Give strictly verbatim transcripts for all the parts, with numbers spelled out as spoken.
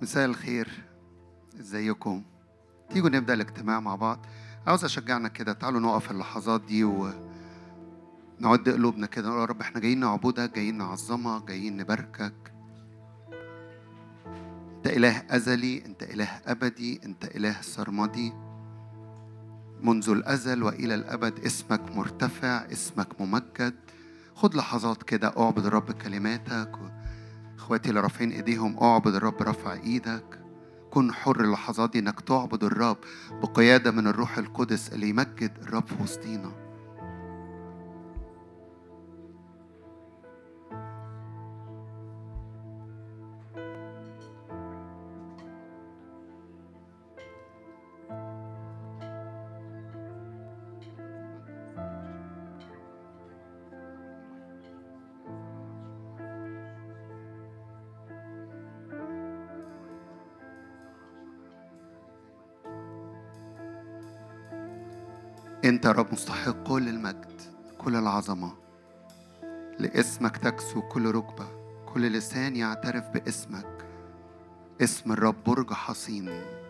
مساء الخير، ازيكم؟ تيجوا نبدأ الاجتماع مع بعض. عاوز اشجعنا كده، تعالوا نقف اللحظات دي ونعد قلوبنا كده، نقول يا رب احنا جايين نعبدك، جايين نعظمك، جايين نباركك. انت إله أزلي، انت إله أبدي، انت إله سرمدي منذ الأزل وإلى الأبد. اسمك مرتفع، اسمك ممجد. خد لحظات كده، اعبد الرب كلماتك. اخواتي اللي رافعين ايديهم، اعبد الرب رفع ايدك. كن حر اللحظات دي انك تعبد الرب بقيادة من الروح القدس اللي يمجد الرب في وسطينا. انت يا رب مستحق كل المجد، كل العظمة. لاسمك تكسو كل ركبة، كل لسان يعترف باسمك. اسم الرب برج حصين،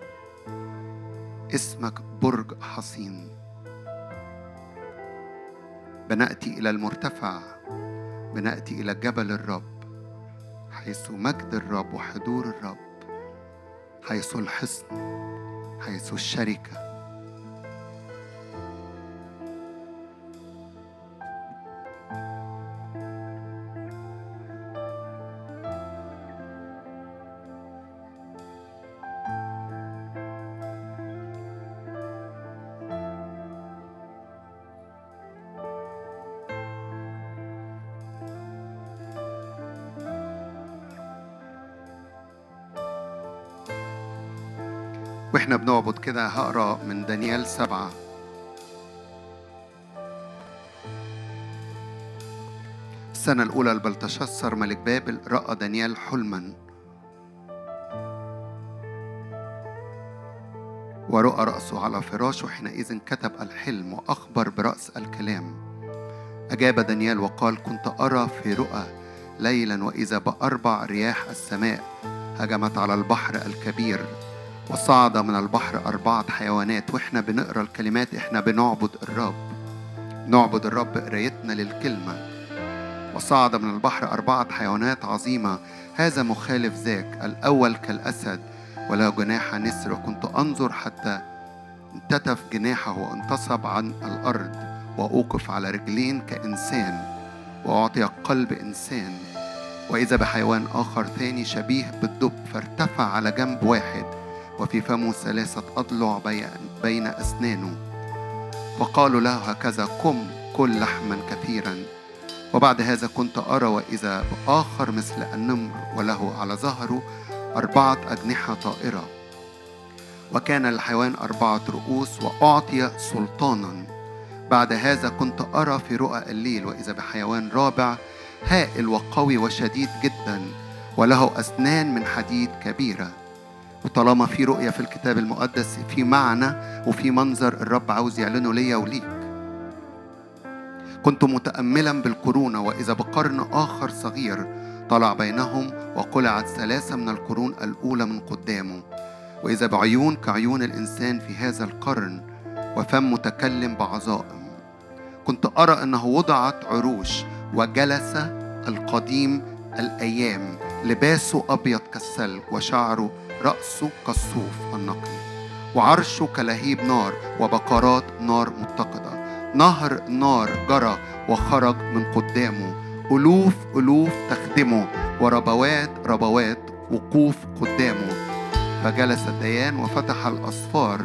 اسمك برج حصين. بنأتي إلى المرتفع، بنأتي إلى جبل الرب، حيث مجد الرب وحضور الرب، حيث الحصن، حيث الشركة. واحنا بنعبد كده هقرأ من دانيال سبعة. السنة الأولى لبلتشسر ملك بابل رأى دانيال حلما، ورؤى رأسه على فراشه. حينئذ كتب الحلم وأخبر برأس الكلام. أجاب دانيال وقال: كنت أرى في رؤى ليلا، وإذا بأربع رياح السماء هجمت على البحر الكبير، وصعد من البحر أربعة حيوانات. وإحنا بنقرأ الكلمات إحنا بنعبد الرب، نعبد الرب قرايتنا للكلمة. وصعد من البحر أربعة حيوانات عظيمة، هذا مخالف ذاك. الأول كالأسد وله جناح نسر، وكنت أنظر حتى انتتف جناحه وانتصب عن الأرض، وأوقف على رجلين كإنسان، وأعطي قلب إنسان. وإذا بحيوان آخر ثاني شبيه بالدب، فارتفع على جنب واحد، وفي فمه ثلاثة أضلع بين أسنانه. فقالوا له: هكذا قم كل لحما كثيرا. وبعد هذا كنت أرى وإذا بآخر مثل النمر، وله على ظهره أربعة أجنحة طائرة، وكان الحيوان أربعة رؤوس، وأعطي سلطانا. بعد هذا كنت أرى في رؤى الليل، وإذا بحيوان رابع هائل وقوي وشديد جدا، وله أسنان من حديد كبيرة. وطالما في رؤية في الكتاب المقدس، في معنى وفي منظر الرب عاوز يعلنه ليا وليك. كنت متأملا بالقرون، وإذا بقرن آخر صغير طلع بينهم، وقلعت ثلاثة من القرون الأولى من قدامه. وإذا بعيون كعيون الإنسان في هذا القرن، وفم متكلم بعظائم. كنت أرى أنه وضعت عروش، وجلس القديم الأيام، لباسه أبيض كالثلج، وشعره رأسه كالصوف النقي، وعرشه كلهيب نار، وبقرات نار متقدة. نهر نار جرى وخرج من قدامه، ألوف ألوف تخدمه، وربوات ربوات وقوف قدامه. فجلس الديان وفتح الأصفار،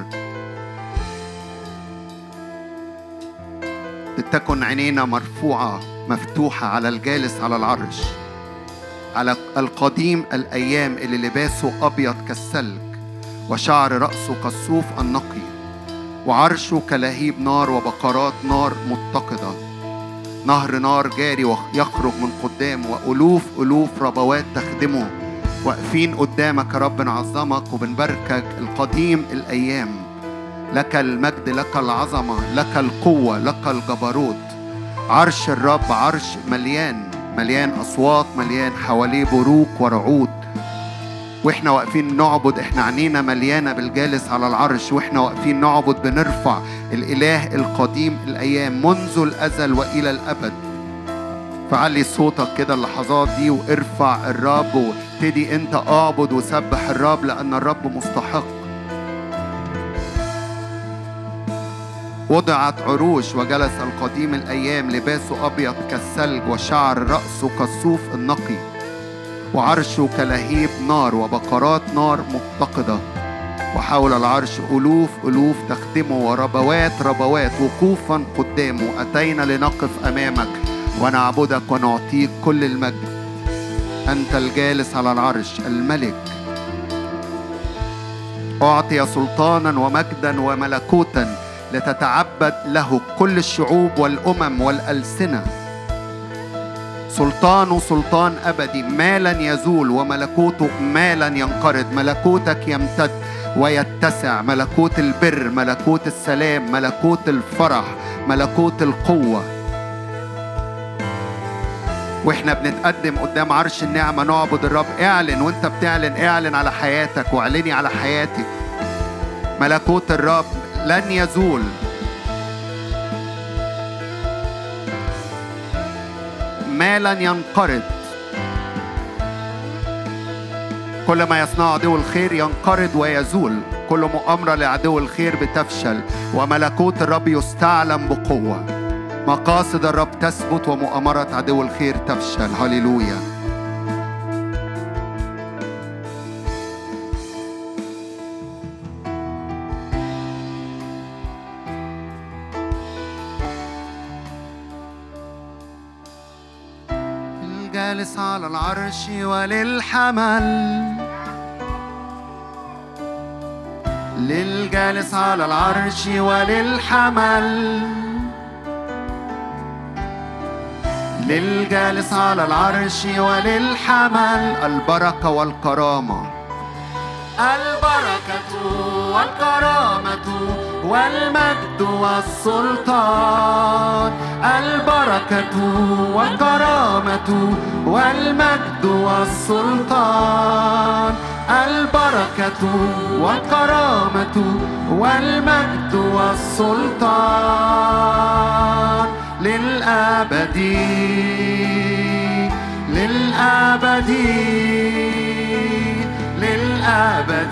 لتكن عينينا مرفوعة مفتوحة على الجالس على العرش، على القديم الأيام اللي لباسه أبيض كالثلج، وشعر رأسه كالصوف النقي، وعرشه كلهيب نار، وبقرات نار متقدة. نهر نار جاري ويخرج من قدامه، وألوف ألوف ربوات تخدمه. واقفين قدامك يا رب نعظمك وبنباركك، القديم الأيام. لك المجد، لك العظمة، لك القوة، لك الجبروت. عرش الرب عرش مليان مليان أصوات، مليان حواليه بروق ورعود. واحنا واقفين نعبد، احنا عينينا مليانة بالجالس على العرش، واحنا واقفين نعبد بنرفع الإله القديم الأيام منذ الأزل وإلى الأبد. فعلي صوتك كده اللحظات دي وارفع الرب، وابتدي انت اعبد وسبح الرب لأن الرب مستحق. وضعت عروش وجلس القديم الأيام، لباسه أبيض كالثلج وشعر رأسه كالصوف النقي، وعرشه كلهيب نار وبقرات نار متقدة، وحول العرش ألوف ألوف تخدمه وربوات ربوات وقوفا قدامه. أتينا لنقف أمامك ونعبدك ونعطيك كل المجد. أنت الجالس على العرش الملك، أعطي سلطانا ومجدا وملكوتا لتتعبد له كل الشعوب والأمم والألسنة. سلطانه سلطان أبدي ما لن يزول، وملكوته ما لن ينقرض. ملكوتك يمتد ويتسع، ملكوت البر، ملكوت السلام، ملكوت الفرح، ملكوت القوة. واحنا بنتقدم قدام عرش النعمة نعبد الرب. اعلن وانت بتعلن، اعلن على حياتك واعلني على حياتك. ملكوت الرب لن يزول، ما لن ينقرض. كل ما يصنع عدو الخير ينقرض ويزول، كل مؤامرة لعدو الخير بتفشل، وملكوت الرب يستعلم بقوة. مقاصد الرب تثبت ومؤامرة عدو الخير تفشل. هللويا. الجالس على العرش وللحمل، للجالس على العرش وللحمل، للجالس على العرش وللحمل البركة والكرامة، البركة والكرامة والمجد والسلطان، البركة والكرامة والمجد والسلطان، البركة والكرامة والمجد والسلطان للأبد للأبد للأبد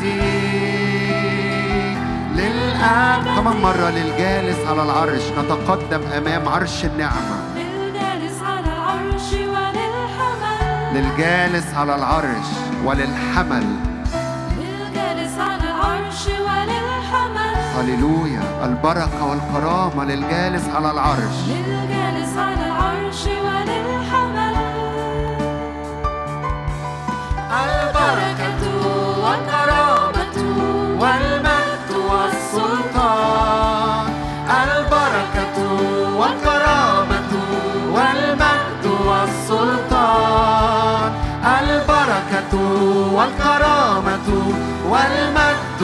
للأبد. كمان مرة للجالس على العرش. نتقدم أمام عرش النعمة. للجالس على العرش وللحمل، للجالس على العرش وللحمل، للجالس على العرش وللحمل. هللويا. البركة والكرامة للجالس على العرش، للجالس على العرش وللحمل، البركة والكرامة والمجد والسلطان، البركة والكرامة والمجد والسلطان، البركة والكرامة والمجد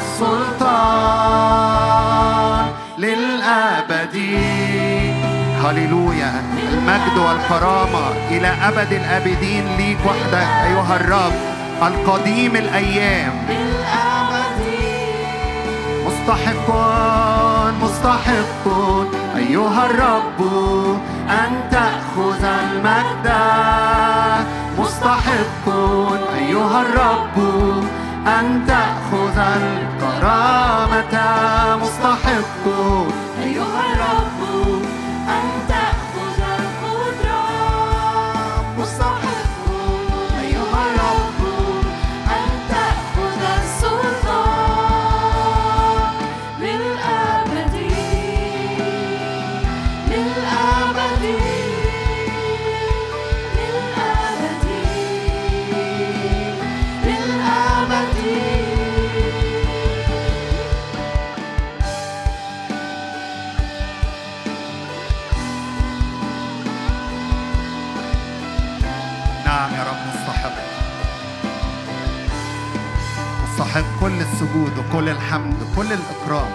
والسلطان للأبد. هللويا. المجد والكرامة إلى أبد الآبدين ليك وحدك أيها الرب القديم الأيام. مستحق مستحق أيها الرب أن تأخذ المجد، مستحق أيها الرب أن تأخذ الكرامة، مستحق أيها الرب أن تأخذ القدرة، مستحق أيها الرب أن تأخذ السلطان للأبد للأبد للأبد للأبد. نعم يا رب، مستحق مستحق كل السجود وكل الحمد وكل الإكرام.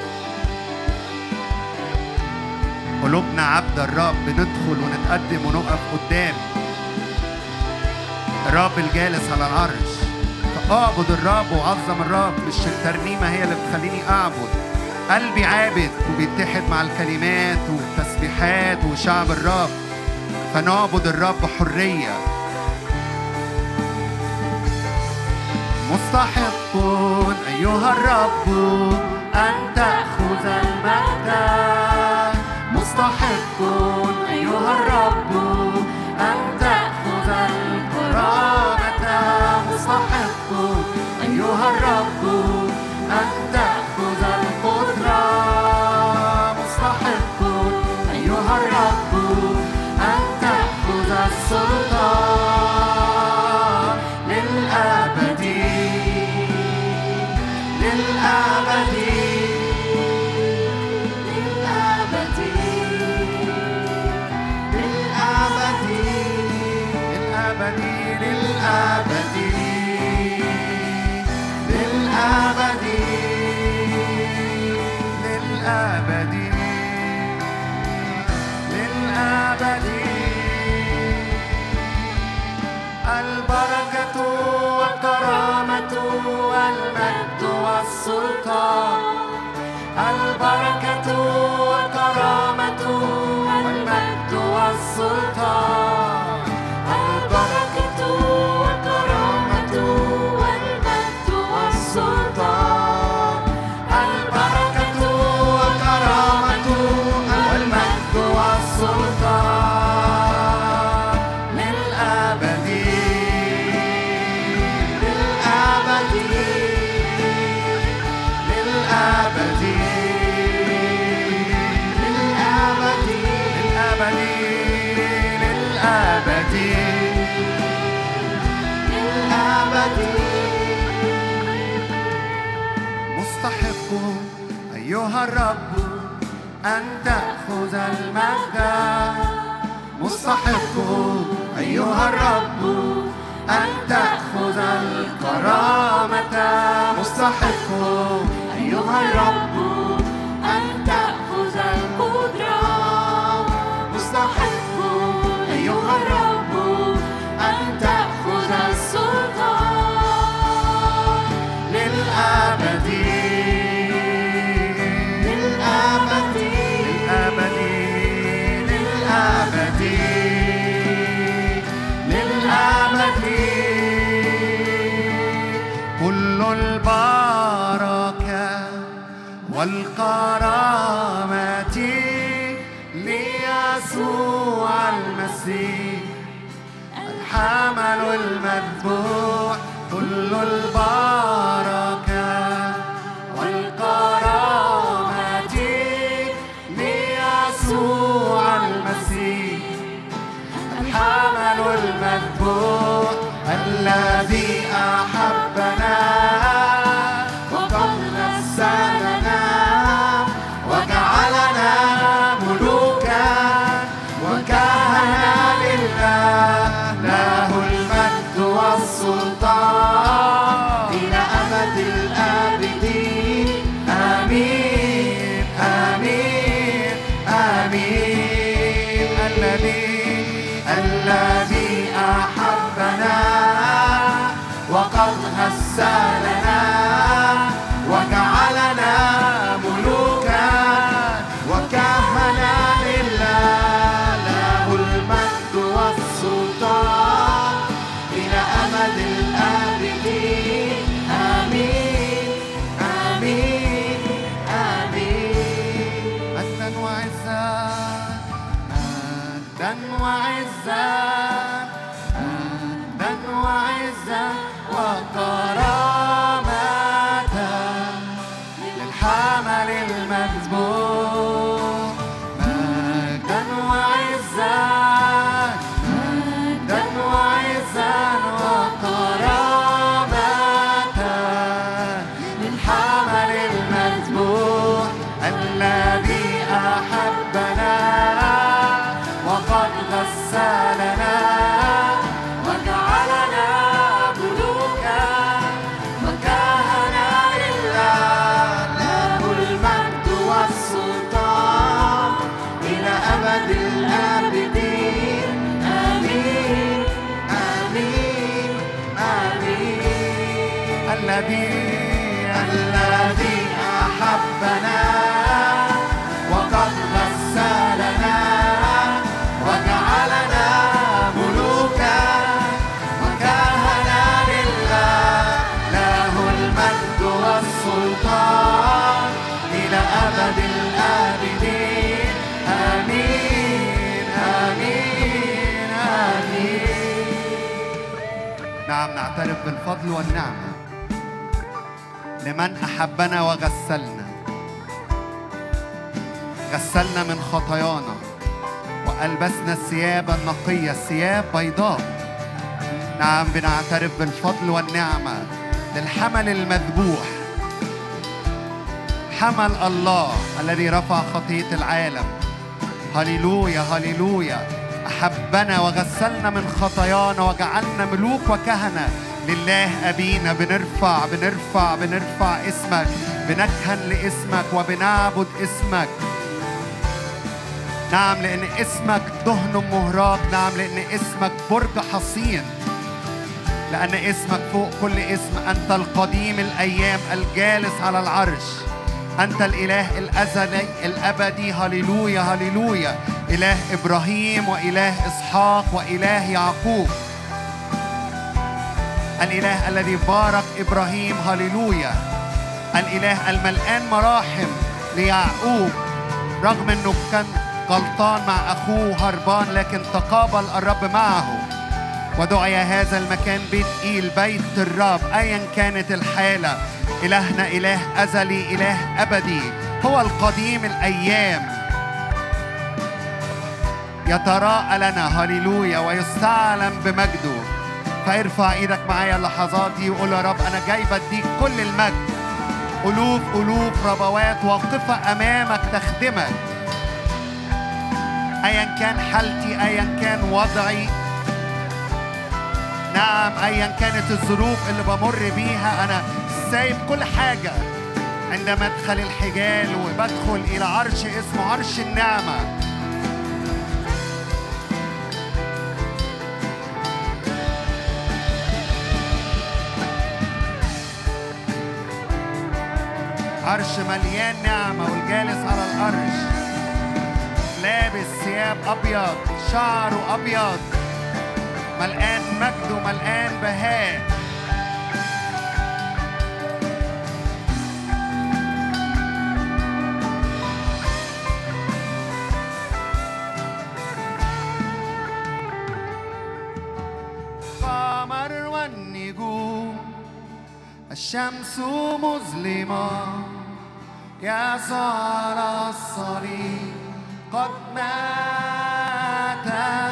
قلوبنا عبد الرب، ندخل ونتقدم ونقف قدام الرب الجالس على العرش. اعبد الرب وعظم الرب. مش الترنيمة هي اللي بتخليني أعبد، قلبي عابد وبيتحد مع الكلمات والتسبيحات وشعب الرب، فنعبد الرب حرية. مستحق أيها الرب أن تأخذ المجد، مستحق أيها الرب أن تأخذ الكرامة، مستحق أيها الرب أن تأخذ القدرة، مستحق أيها الرب أن تأخذ السلطان للأبد للأبد للأبد للأبد للأبد للأبد للأبد للأبد للأبد. البركة والكرامة والمجد والسلطان، البركة والكرامة والمجد والسلطان، البركة والكرامة والمجد والسلطان، البركة والكرامة والمجد والسلطان للأبد للأبد للأبد للأبد للأبد للأبد للأبد. مستحق أيها الرب أن تأخذ المجد، مستحق أيها الرب أن تأخذ الكرامة، مستحق أيها الرب أن تأخذ القدرة، مستحق أيها الرب أن تأخذ السلطان للأبد للأبد للأبد للأبد للأبد. كل البركة والكرامة ليسوع المسيح الحمل المذبوح، كل البركة والكرامة ليسوع المسيح الحمل المذبوح الذي أحبنا وقد غسلنا وجعلنا ملوكا وكهنة لله، له المجد والسلطان إلى أبد أبد الآبدين. آمين آمين آمين. نعم، نعترف بالفضل والنعمة لمن أحبنا وغسلنا، غسلنا من خطايانا وألبسنا الثياب النقية، الثياب بيضاء. نعم، بنعترف بالفضل والنعمة للحمل المذبوح، حمل الله الذي رفع خطية العالم. هللويا هللويا. أحبنا وغسلنا من خطايانا وجعلنا ملوك وكهنة لله أبينا. بنرفع بنرفع بنرفع اسمك، بنكهن لاسمك وبنعبد اسمك. نعم، لأن اسمك دهن مهراق. نعم، لأن اسمك برج حصين. لأن اسمك فوق كل اسم. أنت القديم الأيام الجالس على العرش. أنت الإله الأزلي الأبدي. هللويا هللويا. إله إبراهيم وإله إسحاق وإله يعقوب. الإله الذي بارك إبراهيم. هللويا. الإله الملآن مراحم ليعقوب، رغم أنه كان غلطان مع أخوه هربان، لكن تقابل الرب معه ودعي هذا المكان بيت إيل، بيت الرب. أيا كانت الحالة، إلهنا إله أزلي، إله أبدي، هو القديم الأيام. يتراءى لنا هللويا ويستعلم بمجده. فارفع ايدك معايا اللحظات دي وقول يا رب أنا جاي بديك كل المجد. ألوف ألوف ربوات واقفة أمامك تخدمك، أيا كان حالتي، أيا كان وضعي. نعم، أيا كانت الظروف اللي بمر بيها، أنا سايب كل حاجة عندما أدخل الحجال وبدخل إلى عرش اسمه عرش النعمة. عرش مليان نعمة، والجالس على العرش لابس ثياب أبيض، شعره أبيض، ملآن مجد وملآن بهاء. قمر والنجوم، الشمس مظلمة، يسوع على الصليب قد مات،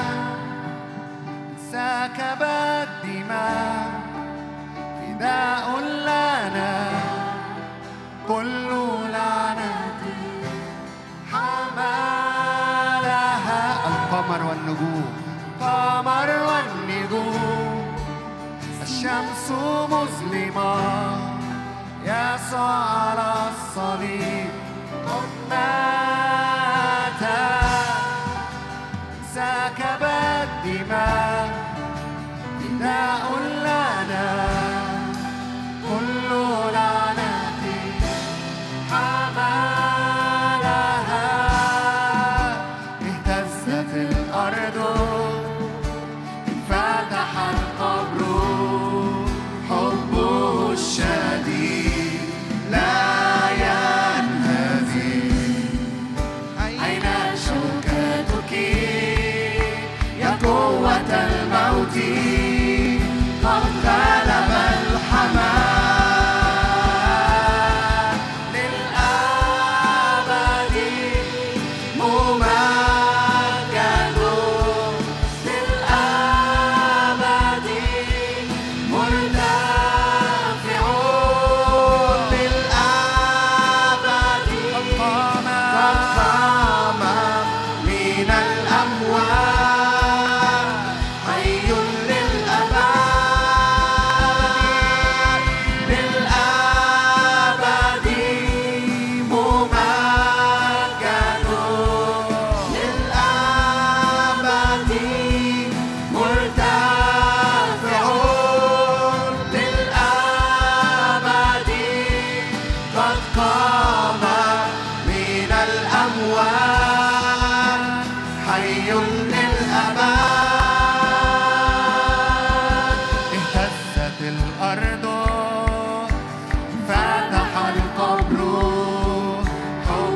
سكب الدماء، فداء لنا، كل لعنة حملها. القمر والنجوم، قمر والنجوم، الشمس مظلمة، يسوع على الصليب قد مات، سكب الدماء، فداء لنا، كل لعنة حملها. اهتزت الأرض، انفتح القبر، حبه الشديد لا ينهزم. أين شوكتك يا قوة الموت؟ قد غلب الحمام، للأبد ممجد، للأبد مرتفع، للأبد قد قام من الأموات، حي للأبد، للأبد ممجد، للأبد مرتفع، للأبد قد قام من الأموات، حي للأبد. اهتزت الأرض، فتح القبر، حبه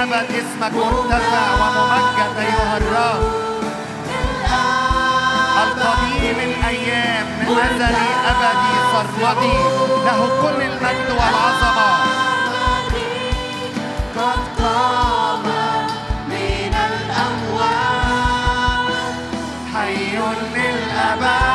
الأبد اسمك مرتفع وممجد أيها الرب. القديم الأيام من أزلي أبدي سرمدي له كل المجد والعظمة. قد قام من الأموات حي للأبد.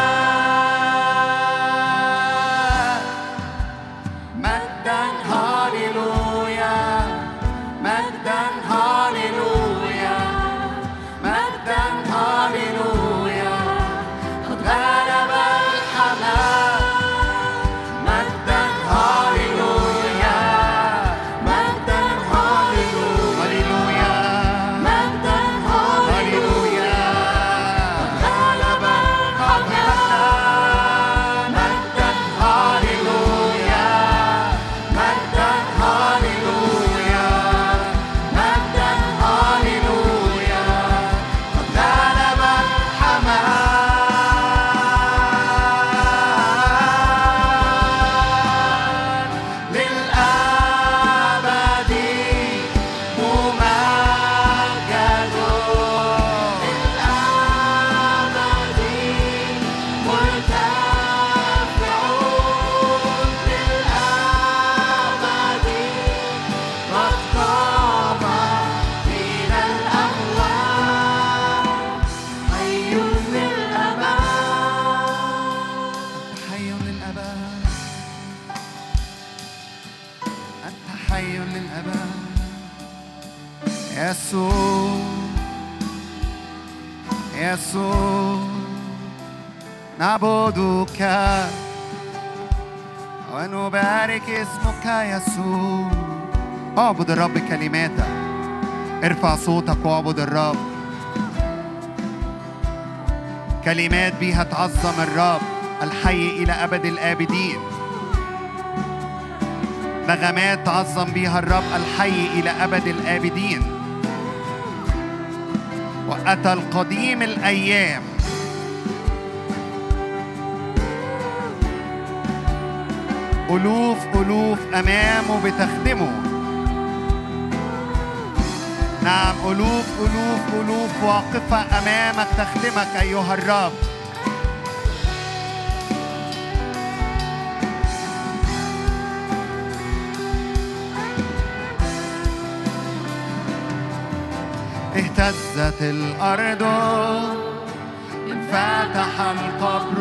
نعبدك ونبارك اسمك يسوع. اعبد الرب كلماتك، ارفع صوتك واعبد الرب. كلمات بيها تعظم الرب الحي إلى أبد الآبدين. نغمات تعظم بيها الرب الحي إلى أبد الآبدين. وأتى القديم الأيام ألوف ألوف أمامه بتخدمه. نعم، ألوف ألوف ألوف واقفة أمامك تخدمك أيها الرب. اهتزت الأرض، انفتح القبر،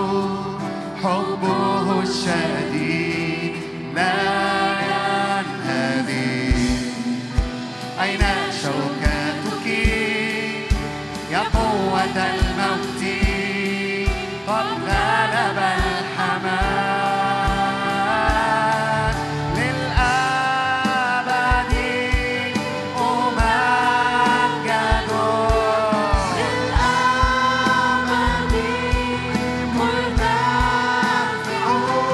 حبه الشديد لا ينهدي. أين شوكتك يا قوة الموت؟ قد غلب الحمام للأبد أمجد. للأبد مرتفع،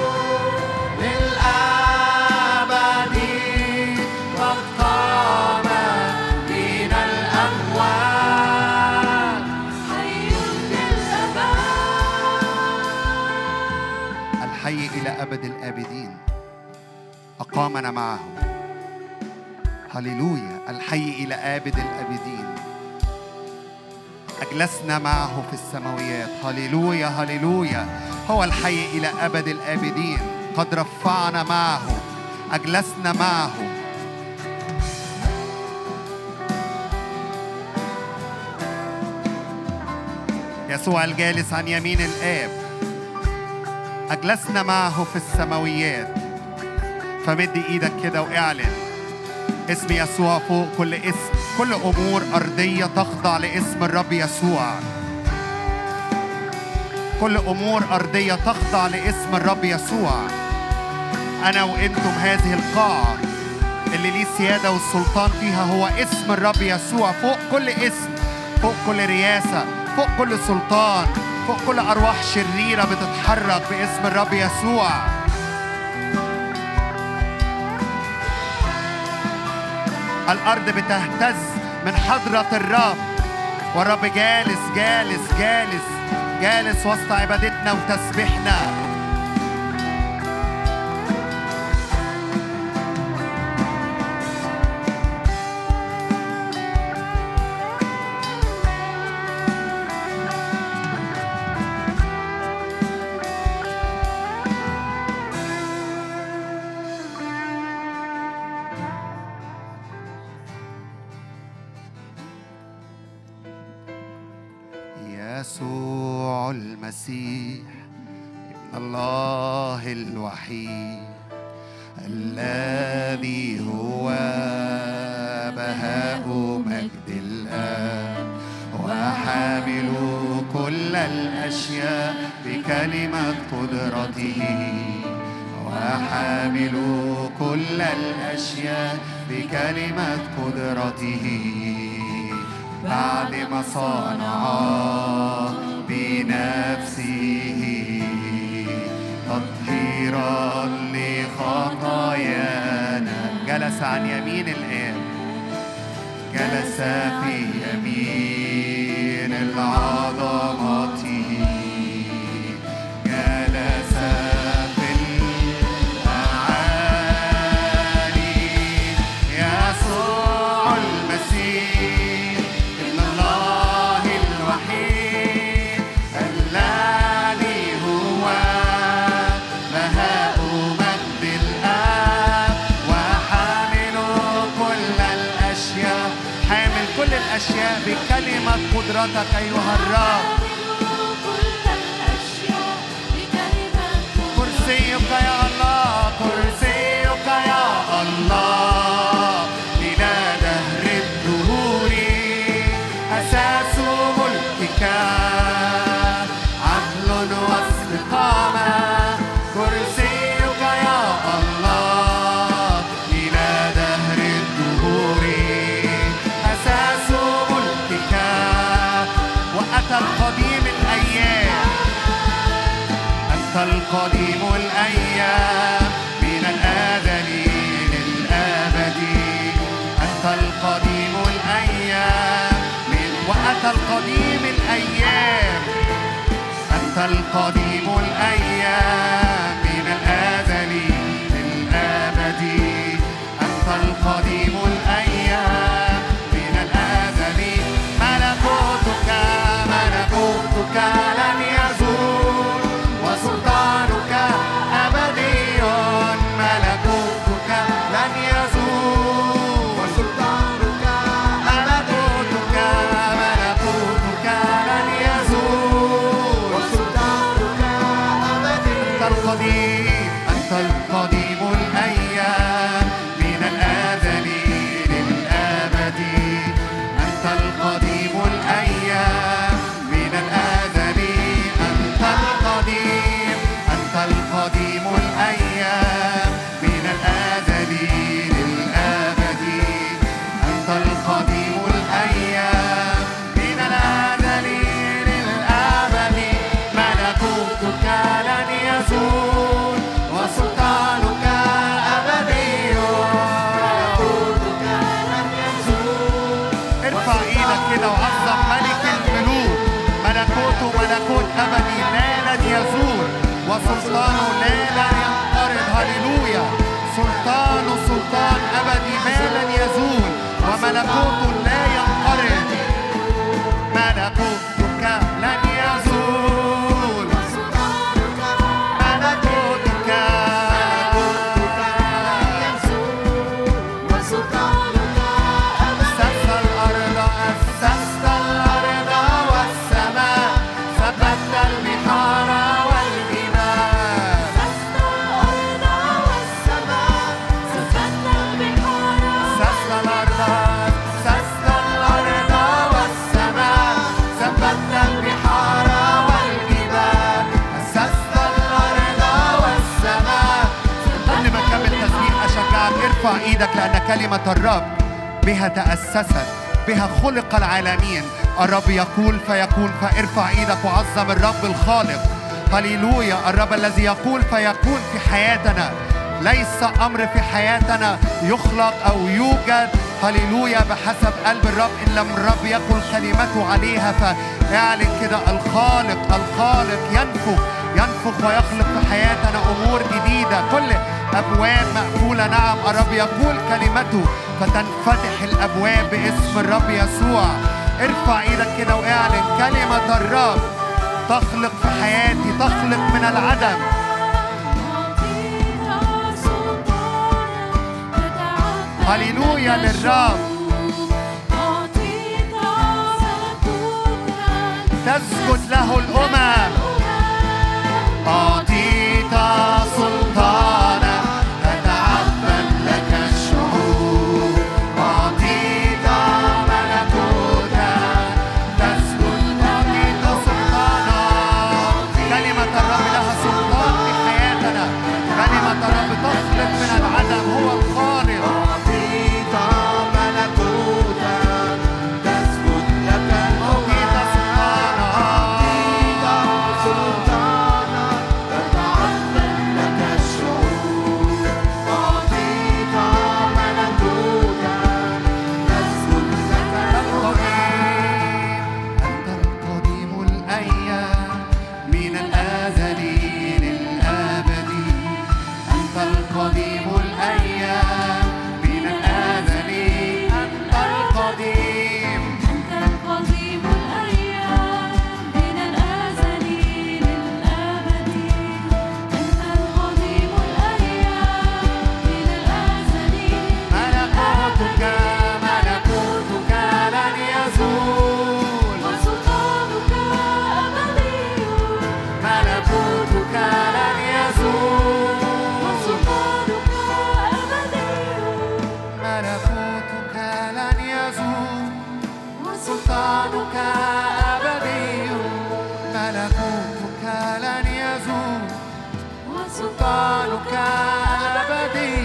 للأبد قد قام من الأموات حي للأبد. الحي إلى أبد الآبدين أقامنا معه. هللويا. الحي إلى أبد الآبدين أجلسنا معه في السماويات. هللويا هللويا. هو الحي إلى أبد الآبدين. قد رفعنا معه، أجلسنا معه. يسوع الجالس عن يمين الآب، أجلسنا معه في السماويات. فمد إيدك كده واعلن اسم يسوع فوق كل اسم. كل أمور أرضية تخضع لاسم الرب يسوع. كل أمور أرضية تخضع لاسم الرب يسوع. أنا وإنتم هذه القاعة اللي ليه السيادة والسلطان فيها هو اسم الرب يسوع. فوق كل اسم، فوق كل رياسة، فوق كل سلطان، فوق كل أرواح شريرة بتتحرك باسم الرب يسوع. الأرض بتهتز من حضرة الرب، والرب جالس جالس جالس جالس وسط عبادتنا وتسبيحنا. يسوع المسيح ابن الله الوحيد الذي هو بهاء مجد الآب وحامل كل الأشياء بكلمة قدرته وحامل كل الأشياء بكلمة قدرته بعد ما صنع بنفسه تطهيرا لخطايانا جلس عن يمين الآب جلس في يمين العظمة جلس في الأعالي يسوع المسيح ابن الله الوحيد الذي هو بهاء مجد الآب وحامل كل الأشياء حامل كل الأشياء بكلمة قدرتك أيها الرب كرسيك يا الله كرسيك يا الله إلى دهر الدهور أساس ملكك عدل واستقامة كرسيك يا الله إلى دهر الدهور أساس ملكك وأتى القديم الأيام أنت القديم الأيام من الأزل للأبد أنت القديم الأيام من وأتى القديم الأيام أنت القديم الأيام من الأزل للأبد أنت القديم الأيام من الأزل ملكوتك ملكوتك لن يزول وسلطانك أبدي ملكوتك لن يزول وسلطانك ملكوتك ملكوتك لن يزول وسلطانك أبدي أنت القديم أنت القديم الأيام من الأزل للأبد أنت القديم الأيام من الأزل أنت القديم أنت القديم الأيام من الأزل للأبد أنت القديم الأيام من الأزل للأبد ملكوتك لن يزول وسلطانك أبدي ملكوتك لن يزول ارفع ايدك كده وعظم ملك الملوك ملكوته ملكوت أبدي لا لن يزول وسلطانه لا لن ينقرض هللويا سلطانه سلطان أبدي ما لن يزول وملكوته لا ينقرض ملكوتك لن يزول ملكوتك أسست الأرض أسست الأرض والسماء ثبت البحار والجبال أسست الأرض والسماء ثبت البحار أسست الأرض أسست الأرض والسماء ثبت البحار والجبال أسست الأرض والسماء قبل ما أكمل تسبيح أشجعك ارفع إيدك لأن كلمة الرب بها تأسست بها خلق العالمين الرب يقول فيكون فارفع ايدك وعظم الرب الخالق هللويا الرب الذي يقول فيكون في حياتنا ليس أمر في حياتنا يخلق أو يوجد هللويا بحسب قلب الرب إن لم الرب يقل كلمته عليها فاعلن كده الخالق الخالق ينفخ ينفخ ويخلق في حياتنا أمور جديدة كل أبواب مقفولة نعم الرب يقول كلمته فتنفتح الأبواب باسم الرب يسوع ارفع ايدك كده واعلن كلمة الرب تخلق في حياتي تخلق من العدم هللويا للرب تسجد له الأمم. أعطيت سلطانا تتعبد لك الشعوب، أعطيت ملكوتا تسجد. أعطيت سلطانا. كلمة الرب لها سلطان في حياتنا. كلمة الرب تخلق من العدم، هو الخالق. أعطيت ملكوتا تسجد لك أعطيت سلطانا. أعطيت سلطانا تتعبد لك الشعوب، أعطيت ملكوتا تسجد لك القديم. أنت القديم الأيام من الأزل للأبد. أنت القديم الأيام من الأزل. أنت القديم. أنت القديم الأيام من الأزل للأبد. أنت القديم الأيام من الأزل. ملكوتك ملكوتك لن يزول. وسلطانك أبدي. ملكوتك لن يزول. وسلطانك أبدي. ملكوتك لن يزول. سلطانك أبدي. ملكوتك لن يزول. سلطانك أبدي.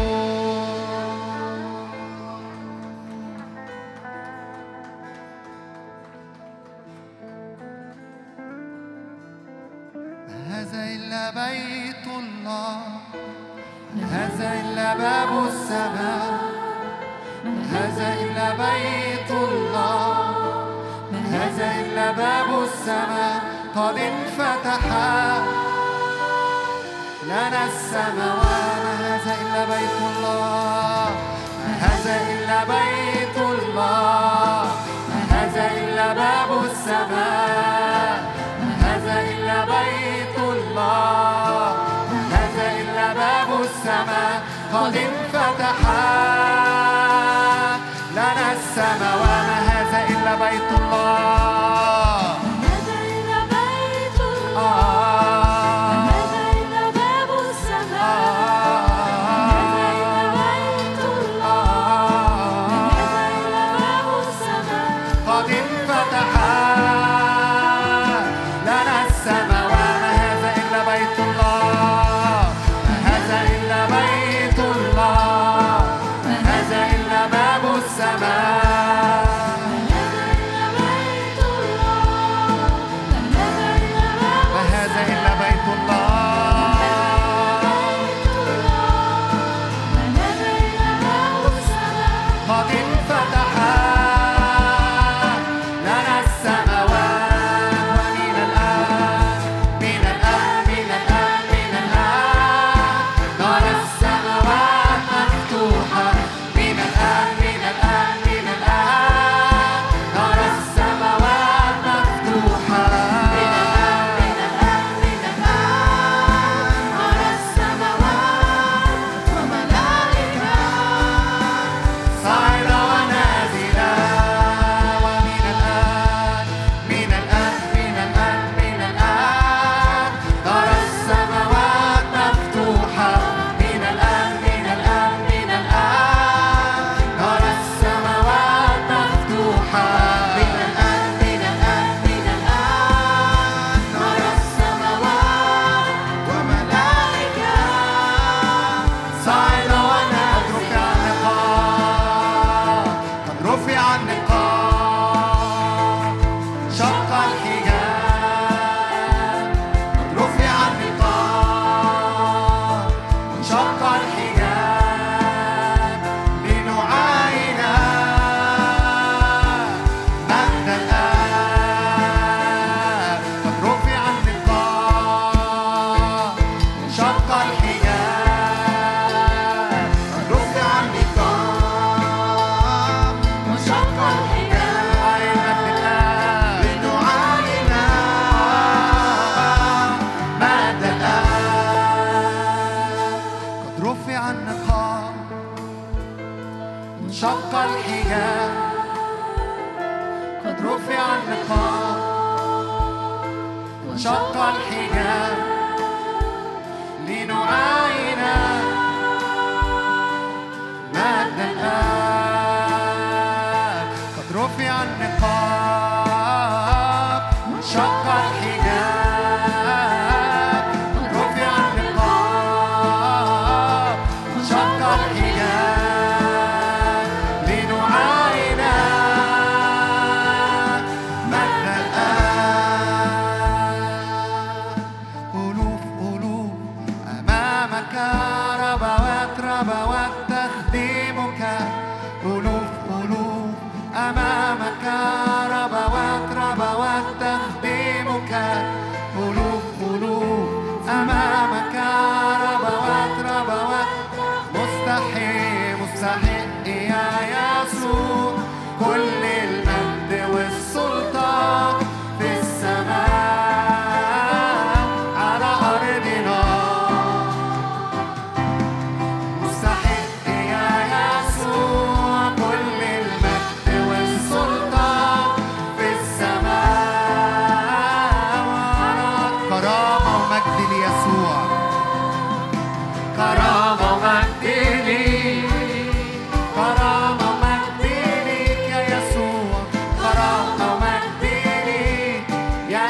ما هذا إلا بيت الله، ما هذا إلا باب السماء، ما هذا إلا بيت الله، ما هذا إلا باب السماء. قد انفتح لنا السماوات. ما هذا إلا بيت الله، ما هذا إلا بيت الله، ما هذا إلا باب السماء، ما هذا إلا بيت الله، ما هذا إلا باب السماء. قد انفتح لنا السماوات. ما هذا إلا بيت الله. هذا إلا بيت الله. آه. هذا إلا باب السماء. هذا إلا بيت الله. هذا إلا باب السماء. قد انفتح لنا السماوات. ما هذا إلا بيت الله، ما هذا إلا بيت الله، ما هذا إلا باب السماء. هذا إلا بيت الله. هذا إلا باب ما هذا إلا بيت الله. هذا إلا باب السماء. قد انفتح لنا السماوات. ومن الآن من الآن من الآن من الآن نرى السماوات مفتوحة. من الآن من الآن من الآن نرى السماوات مفتوحة. من الآن من الآن من الآن نرى السماوات وملائكة صاعدة ونازلة. ومن الآن من الآن من الآن من الآن نرى السماوات مفتوحة. من الآن من الآن من الآن نرى السماوات مفتوحة. من الآن من الآن من الآن نرى السماوات وملائكة صاعدة ونازلة. قد رفع النقاب، شق الحجاب. قد رفع النقاب، شق الحجاب لنعاين مجد الآب. قد رفع النقاب، شق الحجاب. قد رفع النقاب وشق الحجاب لنعاين مجد الآب. قد رفع النقاب، شق الحجاب. قد رفع النقاب، انشق الحجاب لنعاين مجد الآب. قد رفع النقاب وانشق الحجاب، قد رفع النقاب وانشق الحجاب لنعاين مجد الآب. ألوف ألوف أمامك ربوات ربوات تخدمك، ألوف ألوف أمامك ربوات ربوات تخدمك، ألوف ألوف أمامك ربوات ربوات. مستحيل مستحيل يا يسوع كل المجد والسلطان في السماء على أرضنا. مستحيل يا يسوع كل المجد والسلطان في السماء وعلى كرامة ومجد ليسوع، كرامة ومجد ليك، كرامة ومجد ليك يا يسوع، كرامة ومجد ليك يا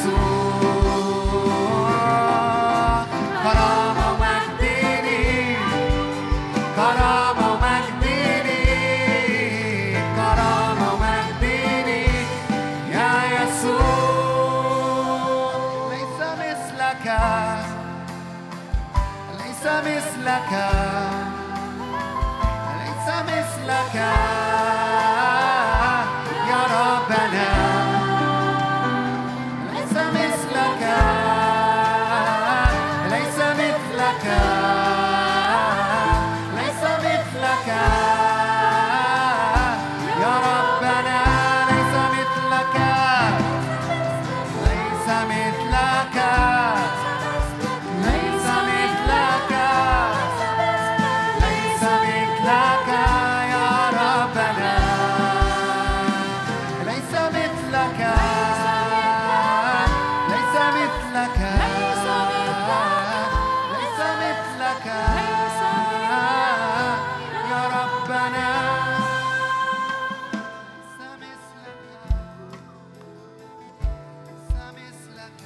يسوع، كرامة ومجد ليك، كرامة ومجد ليك، كرامة ومجد ليك يا يسوع. ليس مثلك، ليس مثلك، ليس مثلك يا ربنا، ليس مثلك، ليس مثلك، ليس مثلك يا ربنا، ليس مثلك، ليس مثلك، ليس مثلك، ليس مثلك يا ربنا، ليس مثلك، ليس مثلك، ليس مثلك يا ربنا، ليس مثلك،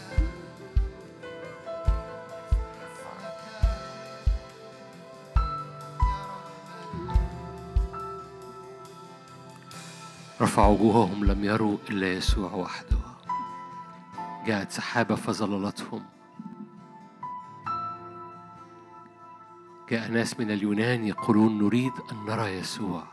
رفعوا وجوههم لم يروا إلا يسوع وحده. جاءت سحابة فظللتهم. جاء ناس من اليونان يقولون نريد أن نرى يسوع.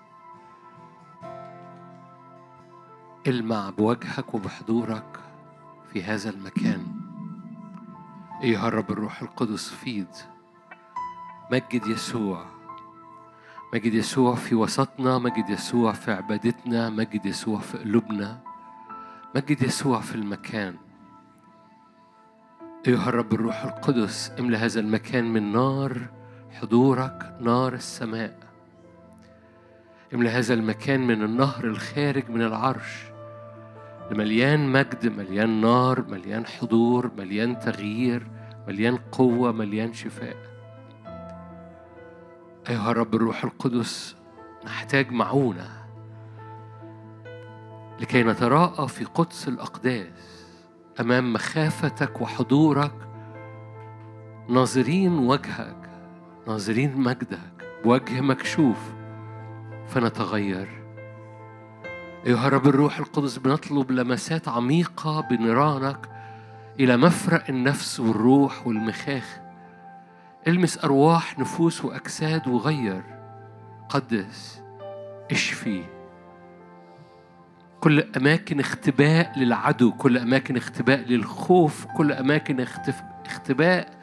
المع بوجهك وبحضورك في هذا المكان. أيها الرب الروح القدس فيض. مجد يسوع، مجد يسوع في وسطنا، مجد يسوع في عبادتنا، مجد يسوع في قلوبنا، مجد يسوع في المكان. أيها الرب الروح القدس املأ هذا المكان من نار حضورك، نار السماء. املأ هذا المكان من النهر الخارج من العرش، مليان مجد، مليان نار، مليان حضور، مليان تغيير، مليان قوة، مليان شفاء. أيها الرب الروح القدس نحتاج معونة لكي نتراءى في قدس الأقداس أمام مخافتك وحضورك، ناظرين وجهك، ناظرين مجدك بوجه مكشوف فنتغير. أيها الرب الروح القدس بنطلب لمسات عميقة بنيرانك إلى مفرق النفس والروح والمخاخ. المس أرواح نفوس وأجساد وغير، قدس، اشفي كل أماكن اختباء للعدو، كل أماكن اختباء للخوف، كل أماكن اختف... اختباء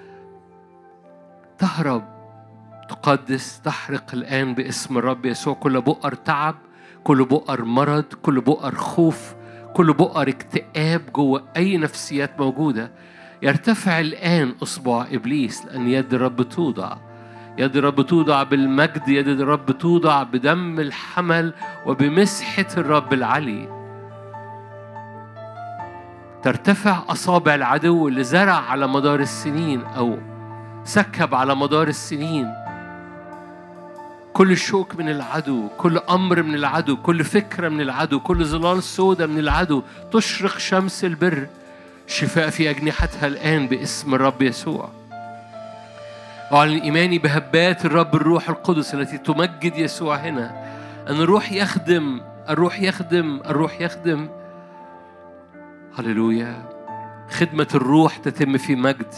تهرب، تقدس، تحرق الآن باسم الرب يسوع. كل بؤر تعب، كل بؤر مرض، كل بؤر خوف، كل بؤر اكتئاب جوه أي نفسيات موجودة يرتفع الآن أصبع إبليس، لأن يد الرب توضع، يد الرب توضع بالمجد، يد الرب توضع بدم الحمل وبمسحة الرب العلي. ترتفع أصابع العدو اللي زرع على مدار السنين أو سكب على مدار السنين. كل شوك من العدو، كل أمر من العدو، كل فكرة من العدو، كل ظلال سودة من العدو، تشرق شمس البر شفاء في أجنحتها الآن باسم الرب يسوع. أعلن إيماني بهبات الرب الروح القدس التي تمجد يسوع هنا، أن الروح يخدم، الروح يخدم، الروح يخدم. هللويا. خدمة الروح تتم في مجد،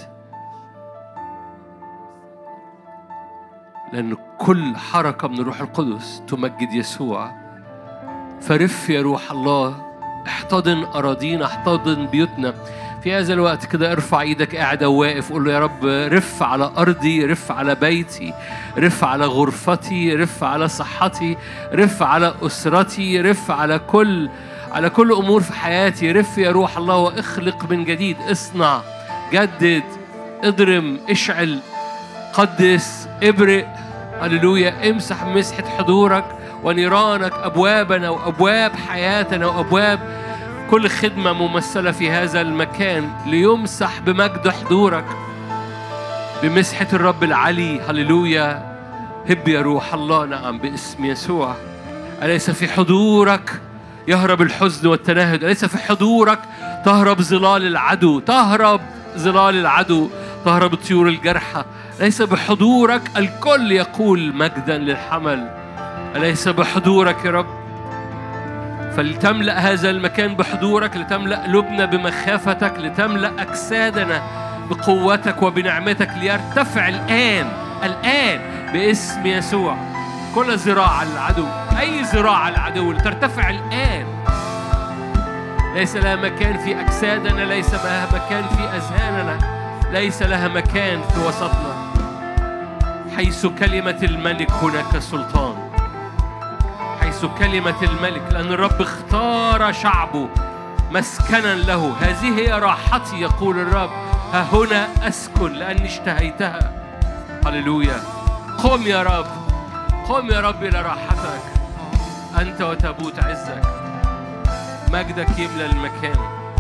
لأن كل حركة من الروح القدس تمجد يسوع. فرف يا روح الله، احتضن أراضينا، احتضن بيوتنا في هذا الوقت كده. ارفع ايدك قاعد او واقف، قول له يا رب رف على أرضي، رف على بيتي، رف على غرفتي، رف على صحتي، رف على أسرتي، رف على كل على كل أمور في حياتي. رف يا روح الله واخلق من جديد، اصنع، جدد، اضرم، اشعل، قدس، ابرئ. هللويا. امسح مسحة حضورك ونيرانك أبوابنا وأبواب حياتنا وأبواب كل خدمة ممثلة في هذا المكان، ليمسح بمجد حضورك بمسحة الرب العلي. هللويا. هب يا روح الله. نعم باسم يسوع. أليس في حضورك يهرب الحزن والتنهد؟ أليس في حضورك تهرب ظلال العدو، تهرب ظلال العدو، تهرب الطيور الجرحى؟ أليس بحضورك الكل يقول مجدا للحمل؟ أليس بحضورك يا رب؟ فلتملأ هذا المكان بحضورك، لتملأ قلوبنا بمخافتك، لتملأ أجسادنا بقوتك وبنعمتك، ليرتفع الآن الآن باسم يسوع كل ذراع العدو، أي ذراع العدو لترتفع الآن. ليس لها مكان في أجسادنا، ليس لها مكان في أذهاننا، ليس لها مكان في وسطنا. حيث كلمة الملك هناك سلطان، حيث كلمة الملك، لأن الرب اختار شعبه مسكنا له. هذه هي راحتي يقول الرب، ها هنا أسكن لأني اشتهيتها. هللويا. قم يا رب، قم يا رب إلى راحتك أنت وتابوت عزك. مجدك يملى المكان.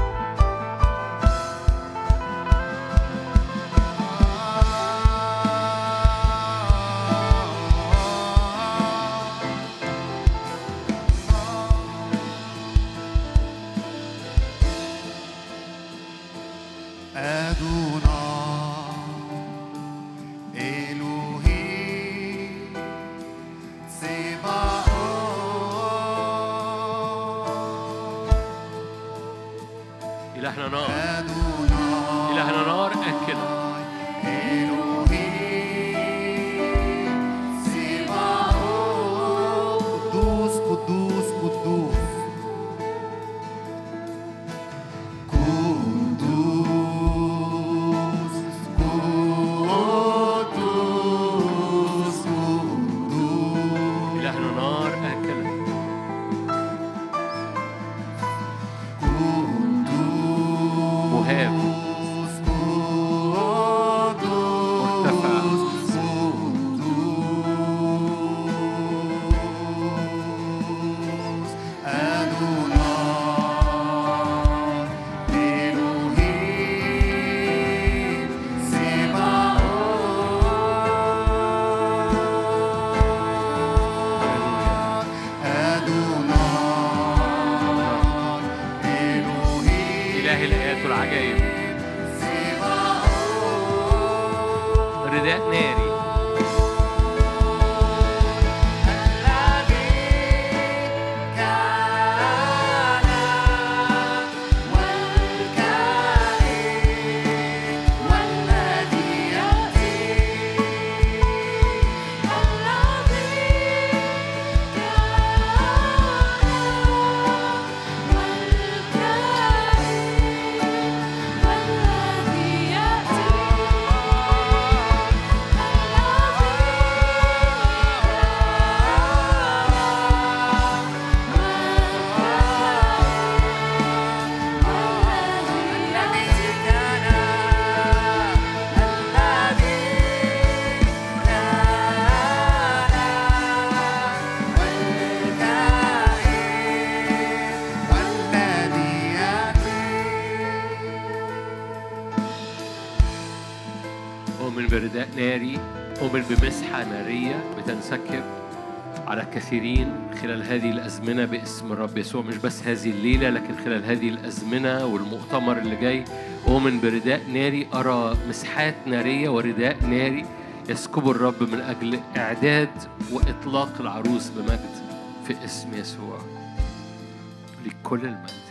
إلهنا نار، إلهنا نار أكلة. قدوس قدوس قدوس قدوس قدوس. إلهنا نار أكلة. ناري، أؤمن بمسحة نارية بتنسكب على كثيرين خلال هذه الأزمنة باسم الرب يسوع. مش بس هذه الليلة لكن خلال هذه الأزمنة والمؤتمر اللي جاي. أؤمن برداء ناري، أرى مسحات نارية ورداء ناري يسكب الرب من أجل إعداد وإطلاق العروس بمجد في اسم يسوع. لكل المجد.